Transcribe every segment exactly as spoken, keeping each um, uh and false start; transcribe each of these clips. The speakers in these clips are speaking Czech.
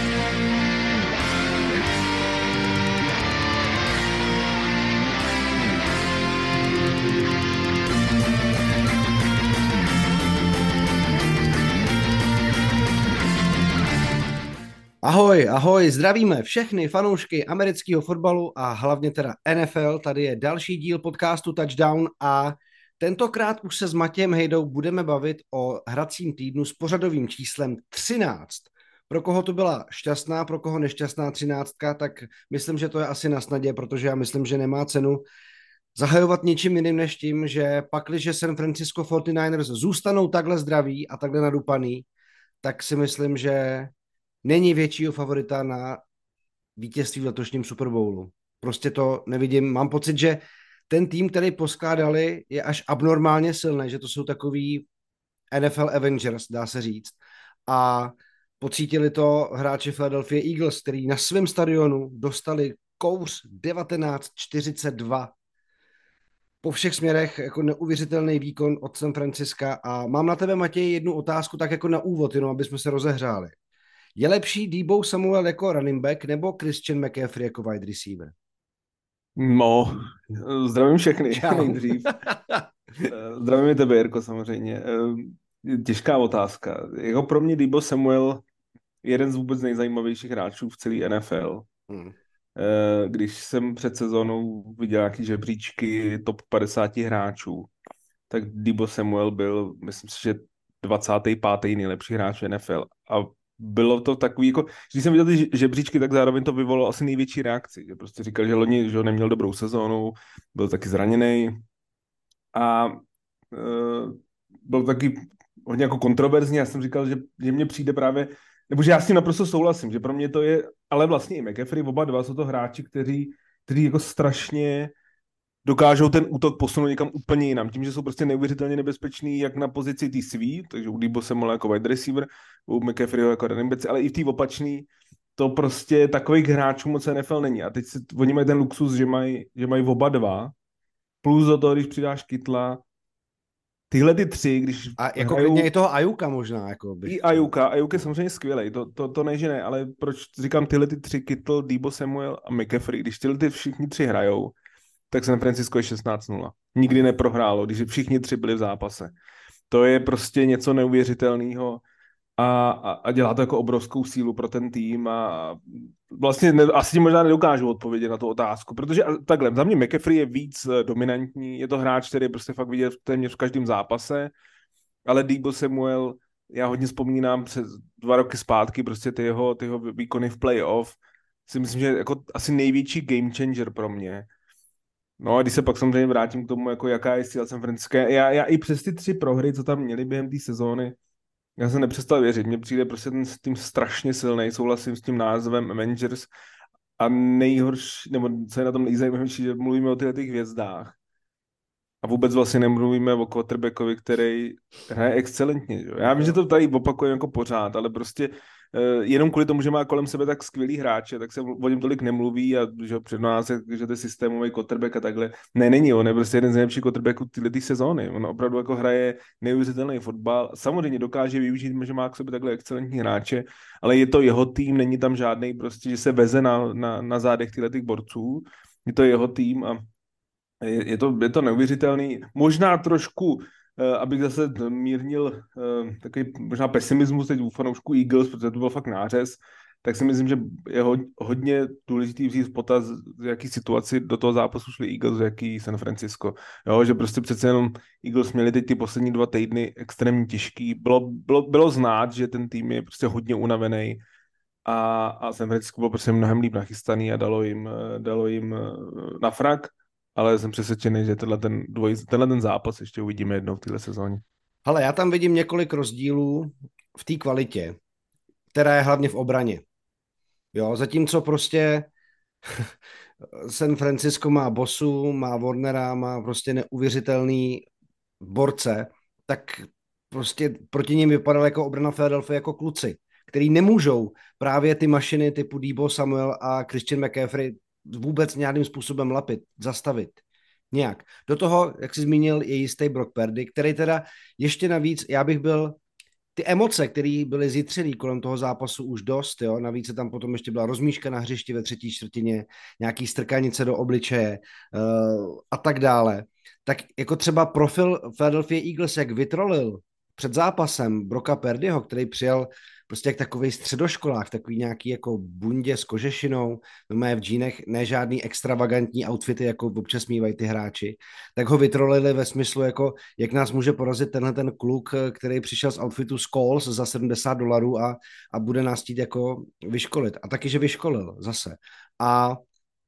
Ahoj, ahoj, zdravíme všechny fanoušky amerického fotbalu a hlavně teda N F L. Tady je další díl podcastu Touchdown a tentokrát už se s Matějem Hejdou budeme bavit o hracím týdnu s pořadovým číslem třináct. Pro koho to byla šťastná, pro koho nešťastná třináctka, tak myslím, že to je asi na snadě, protože já myslím, že nemá cenu zahajovat ničím jiným než tím, že pakliže San Francisco forty-niners zůstanou takhle zdraví a takhle nadupaný, tak si myslím, že není většího favorita na vítězství v letošním Super Bowlu. Prostě to nevidím. Mám pocit, že ten tým, který poskládali, je až abnormálně silný, že to jsou takový N F L Avengers, dá se říct. A pocítili to hráči Philadelphia Eagles, který na svém stadionu dostali kouř devatenáct čtyřicet dva. Po všech směrech jako neuvěřitelný výkon od San Francisca. A mám na tebe, Matěj, jednu otázku, tak jako na úvod, jenom aby jsme se rozehřáli. Je lepší Deebo Samuel jako running back nebo Christian McCaffrey jako wide receiver? No, zdravím všechny Čau. nejdřív. Zdravím i tebe, Jirko, samozřejmě. Těžká otázka. Jako pro mě Deebo Samuel je jeden z vůbec nejzajímavějších hráčů v celé N F L. Hmm. Když jsem před sezónou viděl nějaký žebříčky top padesát hráčů, tak Deebo Samuel byl, myslím si, že dvacátý pátý nejlepší hráč v N F L. A bylo to takový, jako, když jsem viděl ty žebříčky, tak zároveň to vyvolalo asi největší reakci. Že prostě říkal, že loni že neměl dobrou sezónu, byl taky zraněný a uh, byl taky hodně jako kontroverzní. Já jsem říkal, že, že mně přijde právě, nebo že já s tím naprosto souhlasím, že pro mě to je, ale vlastně i McCaffrey, oba dva jsou to hráči, kteří, kteří jako strašně dokážou ten útok posunout někam úplně jinam. Tím, že jsou prostě neuvěřitelně nebezpeční jak na pozici té svý, takže u Deebo Samuela jako wide receiver, u McCaffreyho jako running back, ale i v té opačný, to prostě takových hráčů moc N F L není. A teď se, oni mají ten luxus, že mají, že mají oba dva, plus do toho, když přidáš Kytla, tyhle ty tři, když a jako hrajou... klidně i toho Ajuka možná. Jako I Ajuka, Ajuk je samozřejmě skvělej, to, to, to ne, že ne, ale proč říkám tyhle ty tři, Kytl, Deebo Samuel a McCaffrey, když tyhle ty všichni tři hrajou, tak San Francisco je šestnáct nula. Nikdy neprohrálo, když všichni tři byli v zápase. To je prostě něco neuvěřitelného a, a, a dělá to jako obrovskou sílu pro ten tým a vlastně ne, asi možná nedokážu odpovědět na tu otázku, protože takhle, za mě McCaffrey je víc dominantní, je to hráč, který je prostě fakt vidět téměř v každém zápase, ale Deebo Samuel, já hodně vzpomínám přes dva roky zpátky prostě ty jeho, ty jeho výkony v playoff, si myslím, že jako asi největší game changer pro mě. No a když se pak samozřejmě vrátím k tomu, jako jaká je síla San Francisco, já, já i přes ty tři prohry, co tam měli během té sezóny, já jsem nepřestal věřit, mně přijde prostě ten tým strašně silný, souhlasím s tím názvem Avengers a nejhorší, nebo co je na tom nejzajímavější, že mluvíme o těch hvězdách a vůbec vlastně nemluvíme o quarterbackovi, který hraje excelentně. Že? Já vím, že to tady opakujeme jako pořád, ale prostě jenom kvůli tomu, že má kolem sebe tak skvělý hráče, tak se o něm tolik nemluví a že před nás, že to je systémový quarterback a takhle. Ne, není on, je prostě jeden z nejlepších quarterbacků tyhle sezóny. On opravdu jako hraje neuvěřitelný fotbal. Samozřejmě dokáže využít, že má k sobě takhle excelentní hráče, ale je to jeho tým, není tam žádný prostě, že se veze na, na, na zádech těch borců. Je to jeho tým a je, je, to, je to neuvěřitelný. Možná trošku abych zase mírnil uh, takový možná pesimismus teď u fanoušků Eagles, protože to byl fakt nářez, tak si myslím, že je hodně důležitý vzít v potaz, z jaký situaci do toho zápasu šli Eagles, jaký San Francisco. Jo, že prostě přece jenom Eagles měli teď ty poslední dva týdny extrémně těžký. Bylo, bylo, bylo znát, že ten tým je prostě hodně unavený a, a San Francisco bylo prostě mnohem líp nachystaný a dalo jim, dalo jim na frak. Ale jsem přesvědčený, že tenhle ten, dvoj, tenhle ten zápas ještě uvidíme jednou v téhle sezóně. Hele, já tam vidím několik rozdílů v té kvalitě, která je hlavně v obraně. Jo, zatímco prostě San Francisco má Bosu, má Warnera, má prostě neuvěřitelný borce, tak prostě proti nim vypadal jako obrana Philadelphia jako kluci, který nemůžou právě ty mašiny typu Deebo Samuel a Christian McCaffrey vůbec nějakým způsobem lapit, zastavit. Nějak. Do toho, jak jsi zmínil, je jistý Brock Purdy, který teda ještě navíc, já bych byl ty emoce, které byly zjitřený kolem toho zápasu už dost, jo, navíc se tam potom ještě byla rozmíška na hřišti ve třetí čtvrtině, nějaký strkanice do obličeje uh, a tak dále. Tak jako třeba profil Philadelphia Eagles, jak vytrolil před zápasem Brocka Purdyho, který přijel prostě jak takovej středoškolák, takový nějaký jako bundě s kožešinou, no v džínech, ne žádný extravagantní outfity, jako občas mývají ty hráči, tak ho vytrolili ve smyslu, jako jak nás může porazit tenhle ten kluk, který přišel z outfitu Scholes za sedmdesát dolarů a, a bude nás chtít jako vyškolit. A taky, že vyškolil zase. A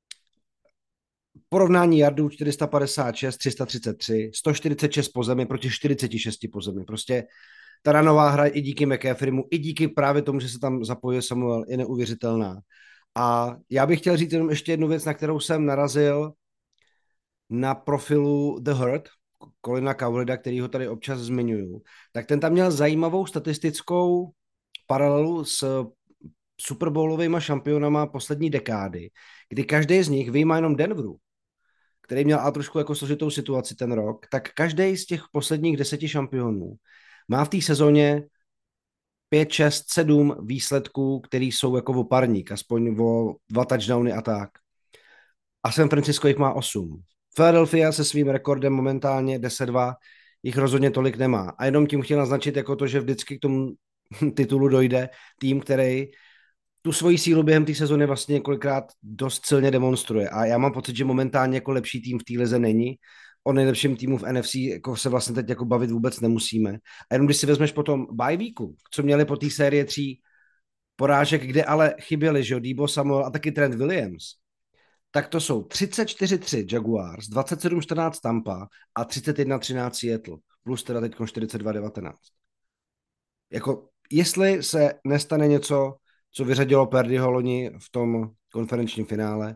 porovnání yardů čtyři sta padesát šest, tři sta třicet tři, sto čtyřicet šest po zemi proti čtyřicet šest po zemi. Prostě ta ranová hra i díky McCaffreymu, i díky právě tomu, že se tam zapojil Samuel, je neuvěřitelná. A já bych chtěl říct jenom ještě jednu věc, na kterou jsem narazil na profilu The Herd, Colina Cowherda, který ho tady občas zmiňuju. Tak ten tam měl zajímavou statistickou paralelu s Super Bowlovými šampionama poslední dekády, kdy každý z nich, vyjma jenom Denveru, který měl a trošku jako složitou situaci ten rok, tak každý z těch posledních deseti šampionů má v té sezóně pět, šest, sedm výsledků, které jsou jako o parník, aspoň o dva touchdowny a tak. A San Francisco jich má osm. Philadelphia se svým rekordem momentálně deset dva jich rozhodně tolik nemá. A jenom tím chtěl naznačit jako to, že vždycky k tomu titulu dojde tým, který tu svoji sílu během té sezóny vlastně několikrát dost silně demonstruje. A já mám pocit, že momentálně jako lepší tým v té lize není. O nejlepším týmu v N F C jako se vlastně teď jako bavit vůbec nemusíme. A jenom když si vezmeš potom bye weeku, co měli po té série tří porážek, kde ale chyběli, že Deebo Samuel a taky Trent Williams, tak to jsou třicet čtyři tři Jaguars, dvacet sedm čtrnáct Tampa a třicet jedna třináct Seattle, plus teda teď čtyřicet dva devatenáct. Jako, jestli se nestane něco, co vyřadilo Purdyho loni v tom konferenčním finále,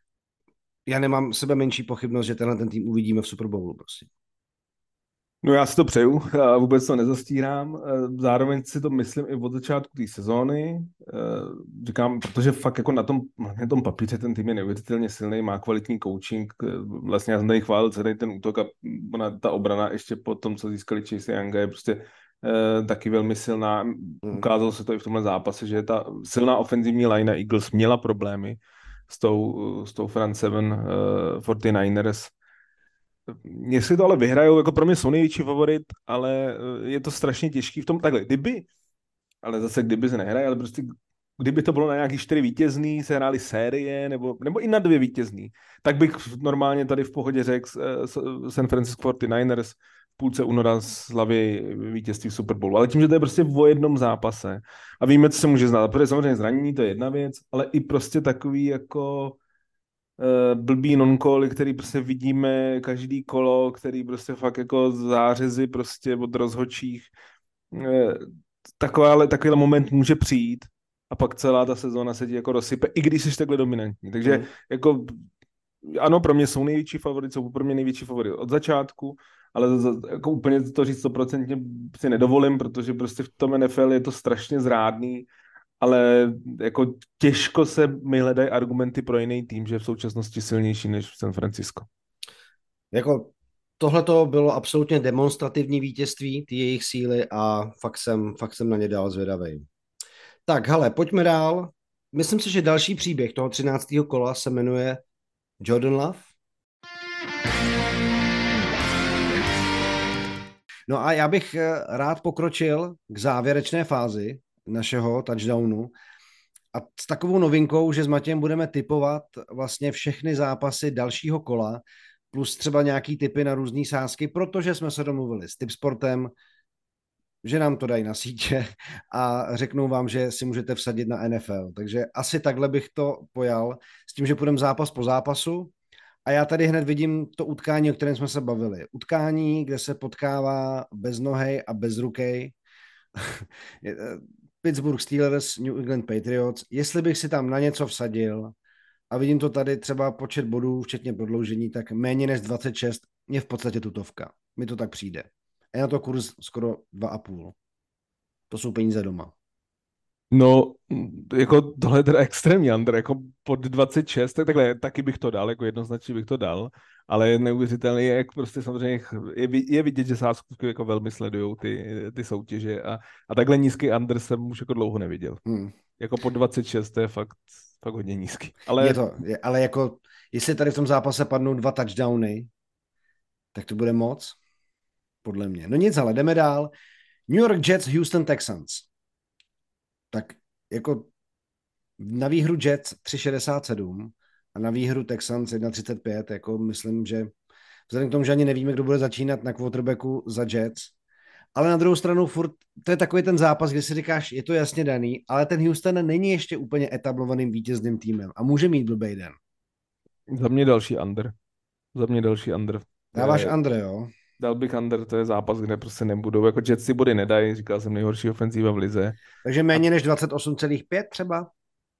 já nemám sebe menší pochybnost, že tenhle ten tým uvidíme v Super Bowlu prostě. No já si to přeju a vůbec to nezastírám. Zároveň si to myslím i od začátku té sezóny. Říkám, protože fakt jako na tom, na tom papíře ten tým je neuvěřitelně silný, má kvalitní coaching. Vlastně já jsem tady chválil celý ten útok a ona, ta obrana ještě po tom, co získali Chase Younga, je prostě eh, taky velmi silná. Ukázalo se to i v tomhle zápase, že ta silná ofenzivní line Eagles měla problémy s tou, s tou front seven uh, čtyřicet devěters. Jestli to ale vyhrajou, jako pro mě jsou největší favorit, ale je to strašně těžký v tom takhle. Kdyby, ale zase kdyby se nehraje, ale prostě kdyby to bylo na nějaký čtyři vítězný, se hrály série, nebo, nebo i na dvě vítězný, tak bych normálně tady v pohodě řekl San Francisco čtyřicet devěters v půlce února slaví vítězství v Super Bowlu. Ale tím, že to je prostě o jednom zápase a víme, co se může znát. Protože samozřejmě zranění to je jedna věc, ale i prostě takový jako Uh, blbý non-cally, který prostě vidíme každý kolo, který prostě fakt jako zářezy prostě od rozhodčích. Uh, taková, takovýhle moment může přijít a pak celá ta sezóna se ti jako rozsype, i když jsi takhle dominantní. Takže mm. jako ano, pro mě jsou největší favorit, jsou pro mě největší favorit od začátku, ale za, jako úplně to říct stoprocentně si nedovolím, protože prostě v tom N F L je to strašně zrádný, ale jako těžko se mi hledají argumenty pro jiný tým, že je v současnosti silnější než v San Francisco. Jako tohleto bylo absolutně demonstrativní vítězství, ty jejich síly a fakt jsem, fakt jsem na ně dál zvědavej. Tak, hele, pojďme dál. Myslím si, že další příběh toho třináctého kola se jmenuje Jordan Love. No a já bych rád pokročil k závěrečné fázi našeho touchdownu a s takovou novinkou, že s Matějem budeme tipovat vlastně všechny zápasy dalšího kola, plus třeba nějaký tipy na různý sázky, protože jsme se domluvili s Tipsportem, že nám to dají na sítě a řeknou vám, že si můžete vsadit na N F L. Takže asi takhle bych to pojal, s tím, že půjdeme zápas po zápasu. A já tady hned vidím to utkání, o kterém jsme se bavili. Utkání, kde se potkává beznohej a bezrukej Pittsburgh Steelers, New England Patriots. Jestli bych si tam na něco vsadil, a vidím to tady třeba počet bodů, včetně prodloužení, tak méně než dvacet šest je v podstatě tutovka. Mi to tak přijde. A je na to kurz skoro dva a půl. To jsou peníze doma. No, jako tohle je teda extrémní under, jako pod dvacet šest, tak takhle taky bych to dal, jako jednoznačně bych to dal, ale je neuvěřitelný, jak prostě samozřejmě je, vi- je vidět, že sázkovky jako velmi sledujou ty, ty soutěže a, a takhle nízký under jsem už jako dlouho neviděl. Hmm. Jako pod dvacet šest to je fakt, fakt hodně nízký. Je Ale to, je, ale jako, jestli tady v tom zápase padnou dva touchdowny, tak to bude moc, podle mě. No nic, ale jdeme dál. New York Jets, Houston Texans. Tak jako na výhru Jets tři šedesát sedm a na výhru Texans jedna třicet pět, jako myslím, že vzhledem k tomu, že ani nevíme, kdo bude začínat na quarterbacku za Jets, ale na druhou stranu furt, to je takový ten zápas, kde si říkáš, je to jasně daný, ale ten Houston není ještě úplně etablovaným vítězným týmem a může mít blbej den. za mě další under. Za mě další under. To Dáváš je, Andre, jo? dal bych under, to je zápas, kde prostě nebudou. Jako Jets si body nedají, říkal jsem nejhorší ofenzíva v lize. Takže méně než dvacet osm celá pět třeba?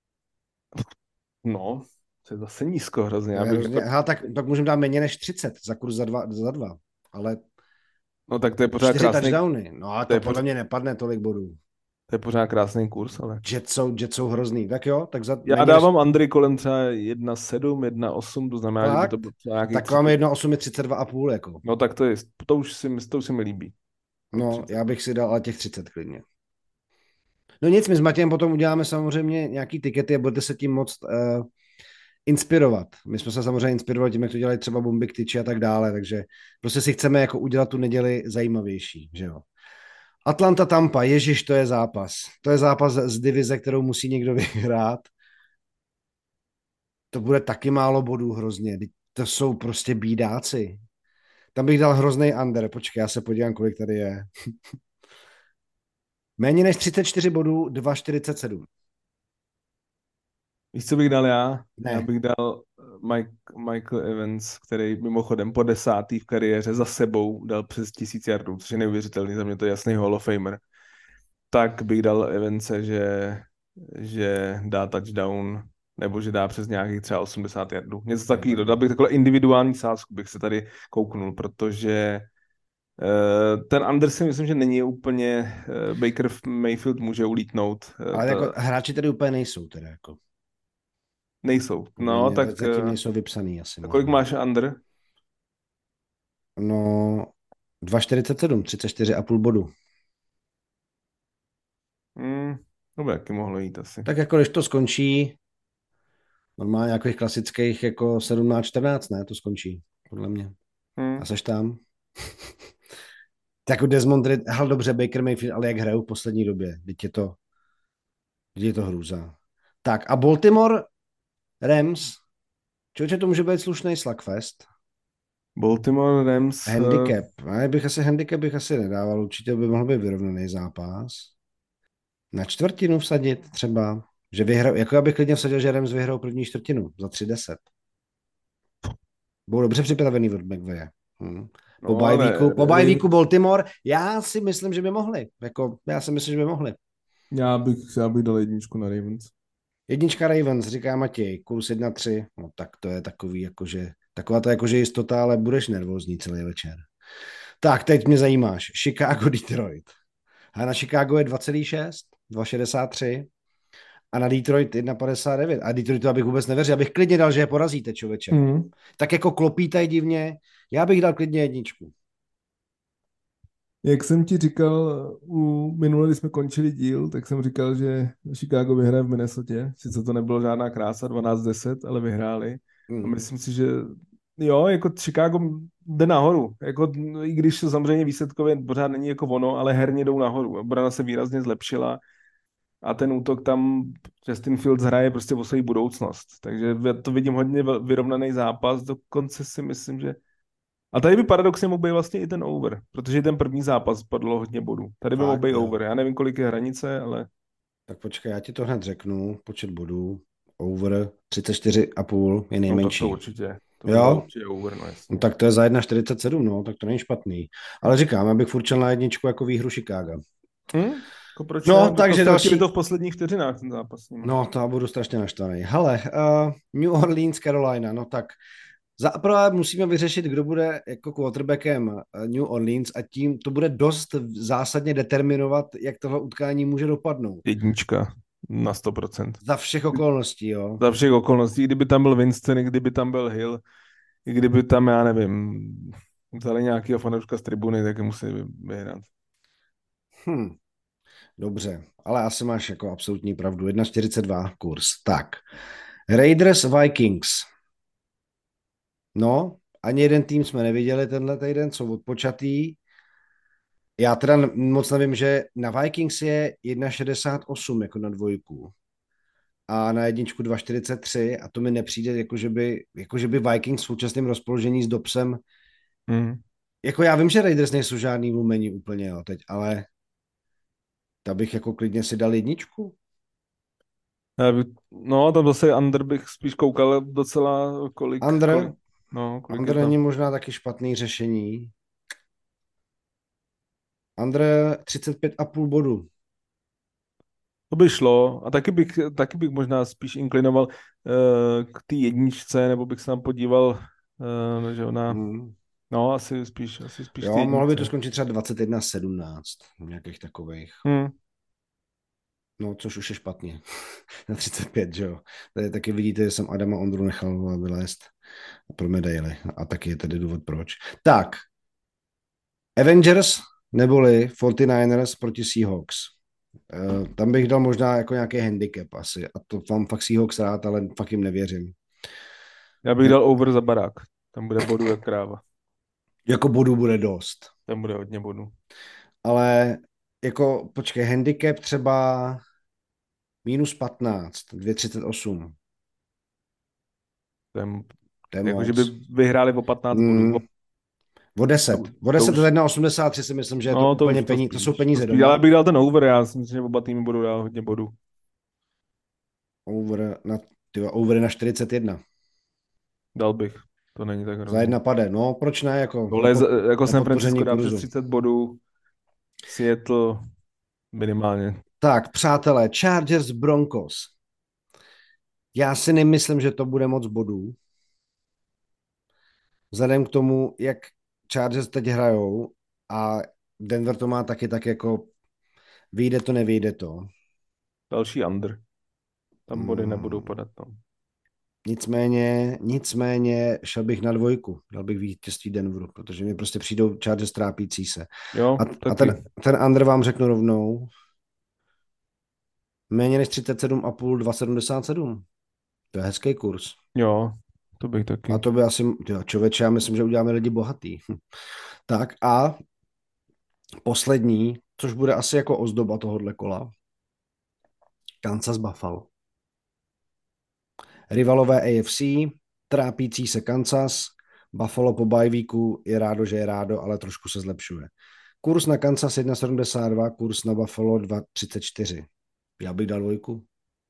No, to je zase nízko hrozně. To Já je bych hrozně, jako, aha, tak pak můžeme dát méně než třicet za kurz za dva, za dva. Ale no tak to je pořád čtyři krásný, touchdowny. No a to to je, podle pořád, mě nepadne tolik bodů. to je pořád krásný kurz, ale... Jets jsou, Jets jsou hrozný. Tak jo, tak za Já méně než... dávám Andry kolem třeba jedna sedm, jedna osm, to znamená, že by to Fakt? bylo třeba nějakých Tak máme třicet. jedna osm je třicet dva a půl jako. No tak to je, to už si, to už si mi líbí. No, já bych si dal ale těch třicet klidně. No nic, my s Matějem potom uděláme samozřejmě nějaký tikety a budete se tím moct uh, inspirovat. My jsme se samozřejmě inspirovali tím, jak to dělají třeba Bomby Tyči a tak dále, takže prostě si chceme jako udělat tu neděli zajímavější, že jo. Atlanta Tampa, ježiš, to je zápas. To je zápas z divize, kterou musí někdo vyhrát. To bude taky málo bodů hrozně. To jsou prostě bídáci. Tam bych dal hrozný under. Počkej, já se podívám, kolik tady je. Méně než třicet čtyři bodů, dva čtyřicet sedm. Víš, co bych dal já? Já Ne. bych dal Mike, Michael Evans, který mimochodem po desátý v kariéře za sebou dal přes tisíc yardů, což je neuvěřitelný, za mě to je jasný Hall of Famer. Tak bych dal Evanse, že, že dá touchdown, nebo že dá přes nějakých třeba osmdesát yardů. Něco takového. Dal bych takhle individuální sázku, bych se tady kouknul, protože uh, ten Anderson myslím, že není úplně, uh, Baker Mayfield může ulítnout. Uh, Ale to jako hráči tady úplně nejsou teda jako. nejsou. Podle No, mě tak zatím uh, nejsou vypsaný asi. kolik Možná. máš under? No, dva čtyřicet sedm, třicet čtyři a půl bodu. Hmm, no by jaký mohlo jít asi. Tak jako když to skončí, normálně nějakých klasických jako sedmnáct čtrnáct, ne, to skončí, podle mě. Hmm. A seš tam? Tak jako Desmond Rid, hal dobře, Baker Mayfield, ale jak hrajou v poslední době, teď je to, teď je to hrůza. Tak a Baltimore Rams, člověče, to může být slušný slugfest. Baltimore Rams. Handicap, a bych asi handicap bych asi nedával, určitě by mohl být vyrovnaný zápas. Na čtvrtinu vsadit třeba, že vyhrál, jako já bych klidně vsadil, že Rams vyhrál první čtvrtinu za tři deset. Budou dobře připravený od McVaye. Hm. Po No, bye ale weeku, po bye Rim- weeku Baltimore, já si myslím, že by mohli. Jako, já si myslím, že by mohli. Já bych, já bych dal jedničku na Ravens. Jednička Ravens, říká Matěj, kurz jedna tři, no tak to je takový, jakože, taková to jakože jistota, ale budeš nervózní celý večer. Tak, teď mě zajímáš. Chicago, Detroit. A na Chicago je dva celá šest, dva šedesát tři a na Detroit jedna padesát devět. A Detroit to abych vůbec nevěřil, abych klidně dal, že je porazíte, člověče. Mm. Tak jako klopítaj divně, já bych dal klidně jedničku. Jak jsem ti říkal, u minule, když jsme končili díl, tak jsem říkal, že Chicago vyhraje v Minnesotě. Sice to nebylo žádná krása, dvanáct deset, ale vyhráli. Hmm. A myslím si, že jo, jako Chicago jde nahoru. Jako, i když to samozřejmě výsledkově pořád není jako ono, ale herně jdou nahoru. Obrana se výrazně zlepšila a ten útok tam Justin Fields hraje prostě o svou budoucnost. Takže já to vidím hodně vyrovnaný zápas. Dokonce si myslím, že a tady by paradoxně mohl být vlastně i ten over, protože ten první zápas padlo hodně bodů. Tady by mohl být jo. over. Já nevím, kolik je hranice, ale... Tak počkej, já ti to hned řeknu. Počet bodů. Over třicet čtyři a půl je nejmenší. No, to určitě. To by Jo? bylo určitě over, no jasně. No, tak to je za jedna čtyřicet sedm, no, tak to není špatný. Ale říkám, abych furt šel na jedničku jako výhru Chicaga. Hm? Jako proč No, ne? takže to další- to v posledních vteřinách ten zápas. No, to já budu strašně naštvaný. Hele, uh, New Orleans, Carolina, no tak Za prvé musíme vyřešit, kdo bude jako quarterbackem New Orleans a tím to bude dost zásadně determinovat, jak tohle utkání může dopadnout. Jednička na sto procent. Za všech okolností, jo. Za všech okolností, kdyby tam byl Winston, i kdyby tam byl Hill, i kdyby tam, já nevím, vzali nějakýho fanouška z tribuny, tak je musí vyhrát. Hm, dobře, ale asi máš jako absolutní pravdu. jedna čtyřicet dva kurz. Tak. Raiders Vikings. No, ani jeden tým jsme neviděli tenhle týden, jsou odpočatý. Já teda moc nevím, že na Vikings je jedna šedesát osm jako na dvojku a na jedničku dva čtyřicet tři a to mi nepřijde, jako že by, jako že by Vikings v současném rozpoložení s Dobsem, Mm. jako já vím, že Raiders nejsou žádný lumení úplně, jo, teď, ale ta bych jako klidně si dal jedničku. Já by, no, tam zase under bych spíš koukal docela, kolik, kolik, Under, no, kolik je Under tam. není možná taky špatný řešení. Under třicet pět a půl bodu. To by šlo a taky bych, taky bych možná spíš inklinoval uh, k té jedničce, nebo bych se tam podíval, uh, že ona, Hmm. no, asi spíš, asi spíš ty Jo, mohlo by jedničce. to skončit třeba dvacet jedna sedmnáct, nějakých takových. Hmm. No, což už je špatně. Na třicet pět, že jo. Tady taky vidíte, že jsem Adama Ondru nechal vylézt pro medaily. A taky je tedy důvod proč. Tak. Avengers neboli čtyřicet devět proti Seahawks. Uh, tam bych dal možná jako nějaký handicap asi. A to mám fakt Seahawks rád, ale fakt jim nevěřím. Já bych dal over za barák. Tam bude bodů jak kráva. Jako bodů bude dost. Tam bude hodně bodů. Ale jako, počkej, handicap třeba minus patnáct, dvě třicet osm. To je, To je jako, že moc. by vyhráli o patnáct Mm, bodů. o deset. To, O to deset už, do jedna osmdesát tři si myslím, že je to no, to úplně už to peníze. To jsou spíš. To peníze spíš. Ale doma. bych dal ten over, já si myslím, že oba týmy budou dát hodně bodů. Over na, tyjo, over na čtyřicet jedna. Dal bych. To není tak Za hrozně. jedna pade. No, proč ne? Jako, Tohle je, na, pod, za- jako na San Francisco podpoření dá přes kurzu. třicet bodů, Seattle minimálně. Tak, přátelé, Chargers Broncos. Já si nemyslím, že to bude moc bodů. Vzhledem k tomu, jak Chargers teď hrajou a Denver to má taky tak jako vyjde to, nevyjde to. Další under. Tam body Hmm. nebudou padat. No. Nicméně, nicméně šel bych na dvojku. Dal bych vítězství Denveru, protože mi prostě přijdou Chargers trápící se. Jo, A, a ten, ten under vám řeknu rovnou. Méně než třicet sedm a půl, dva sedmdesát sedm. To je hezký kurz. Jo, to bych taky. A to by asi, tyjo, člověče, já myslím, že uděláme lidi bohatý. Tak a poslední, což bude asi jako ozdoba tohohle kola. Kansas Buffalo. Rivalové A F C, trápící se Kansas, Buffalo po bye weeku je rádo, že je rádo, ale trošku se zlepšuje. Kurs na Kansas jedna sedmdesát dva, kurs na Buffalo dva třicet čtyři. Já bych dal dvojku.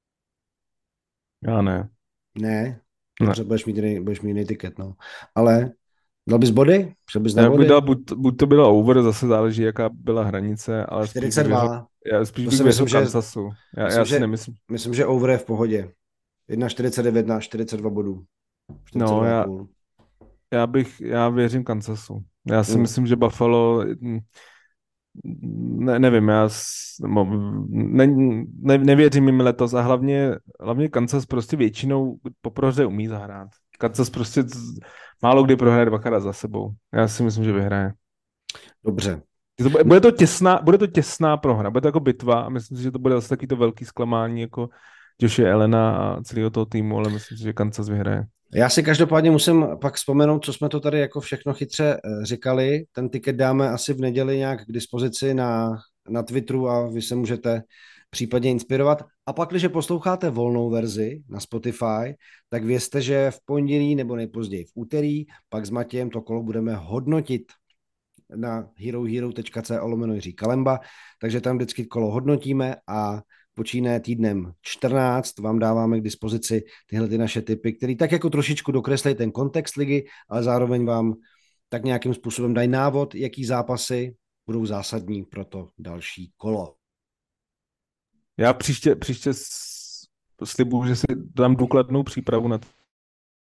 Já ne. Ne, Ne. dobře, budeš mít jiný, budeš mít jiný tiket, no. Ale dal bys body? Šel bys na Já bych body? dal, buď, buď to bylo over, zase záleží, jaká byla hranice, ale spíš bych čtyřicet dva. věřil, já spíš To bych si věřil myslím, že- Kansasu. Já, myslím, já si že- nemyslím. Myslím, že over je v pohodě. jedna čtyřicet devět na čtyřicet dva bodů. No, já, čtyřicet dva a půl. já bych, já věřím Kansasu. Já si Hmm. myslím, že Buffalo, mm, ne, nevím, já s- mo- ne, ne, nevěřím jim letos a hlavně, hlavně Kansas prostě většinou po prohře umí zahrát. Kansas prostě z- málo kdy prohraje dvakrát za sebou. Já si myslím, že vyhraje. Dobře. To bude, bude, to těsná, bude to těsná prohra, bude to jako bitva a myslím si, že to bude zase takový to velký zklamání jako Joshe Allena a celého toho týmu, ale myslím si, že Kansas vyhraje. Já si každopádně musím pak vzpomenout, co jsme to tady jako všechno chytře eh, říkali. Ten tiket dáme asi v neděli nějak k dispozici na, na Twitteru a vy se můžete případně inspirovat. A pak, když posloucháte volnou verzi na Spotify, tak vězte, že v pondělí nebo nejpozději v úterý pak s Matějem to kolo budeme hodnotit na herohero.co lomeno Jiří Kalemba, takže tam vždycky kolo hodnotíme a počínaje týdnem čtrnáct vám dáváme k dispozici tyhle ty naše typy, které tak jako trošičku dokreslí ten kontext ligy, ale zároveň vám tak nějakým způsobem dají návod, jaký zápasy budou zásadní pro to další kolo. Já příště, příště s- slibuju, že si dám důkladnou přípravu na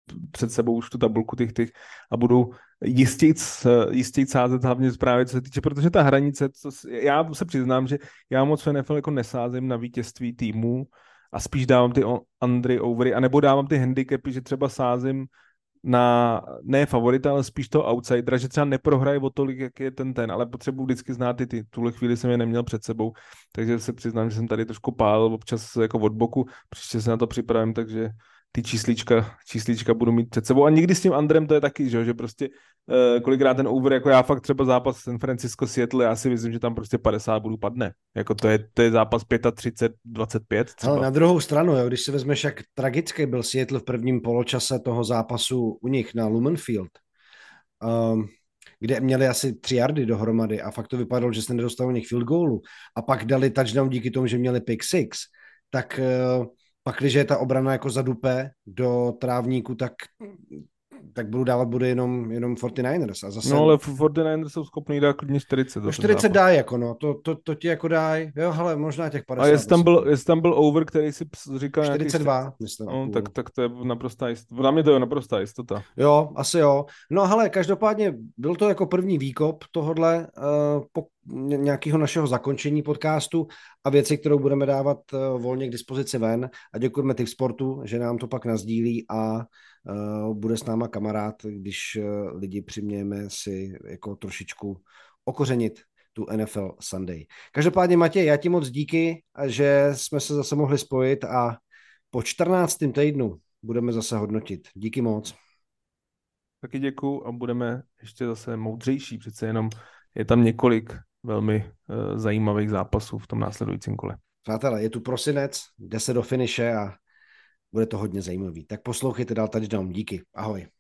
před sebou už tu tabulku těch těch a budu jistějc, jistějc sázet hlavně právě co se týče, protože ta hranice, co, já se přiznám, že já moc v N F L jako nesázím na vítězství týmu a spíš dávám ty undery, overy, anebo dávám ty handicapy, že třeba sázím na, ne favorita, ale spíš toho outsidera, že třeba neprohraje o tolik, jak je ten ten, ale potřebuji vždycky znát ty, ty. Tuhle chvíli jsem je neměl před sebou, takže se přiznám, že jsem tady trošku pálil občas jako od boku, příště se na to připravím, takže ty číslíčka, číslíčka budu mít před sebou. A někdy s tím Andrem to je taky, že, že prostě uh, kolikrát ten over, jako já fakt třeba zápas San Francisco Seattle, já si myslím, že tam prostě padesát bodů padne. Jako to je, to je zápas třicet pět dvacet pět třeba. Ale na druhou stranu, jo, když si vezmeš, jak tragický byl Seattle v prvním poločase toho zápasu u nich na Lumen Field, um, kde měli asi tři yardy dohromady a fakt to vypadalo, že se nedostalo nich field goalu a pak dali touchdown díky tomu, že měli pick six, tak uh, pak, když je ta obrana jako zadupe do trávníku, tak, tak budu dávat bude jenom, jenom čtyřicátníci ers. A zase... No ale čtyřicátníci jsou schopný dát klidně čtyřicet. No čtyřicet dá jako no, to, to, to ti jako daj, jo, hele, možná těch padesát. A jestli tam byl, jestli tam byl over, který si říkal čtyřicet dva, nějaký... myslím. No, tak, tak to je naprostá jistota. Na mě to je naprostá jistota. Jo, asi jo. No hele, každopádně byl to jako první výkop tohodle uh, po nějakého našeho zakončení podcastu a věci, kterou budeme dávat uh, volně k dispozici ven a děkujeme Tip Sportu, že nám to pak nazdílí a uh, bude s náma kamarád, když uh, lidi přimějeme si jako trošičku okořenit tu N F L Sunday. Každopádně Matěj, já ti moc díky, že jsme se zase mohli spojit a po čtrnáctém týdnu budeme zase hodnotit. Díky moc. Taky děkuju a budeme ještě zase moudřejší, přece jenom je tam několik velmi uh, zajímavých zápasů v tom následujícím kole. Přátelé, je tu prosinec, jde se do finiše a bude to hodně zajímavý. Tak poslouchejte dál touchdown. Díky. Ahoj.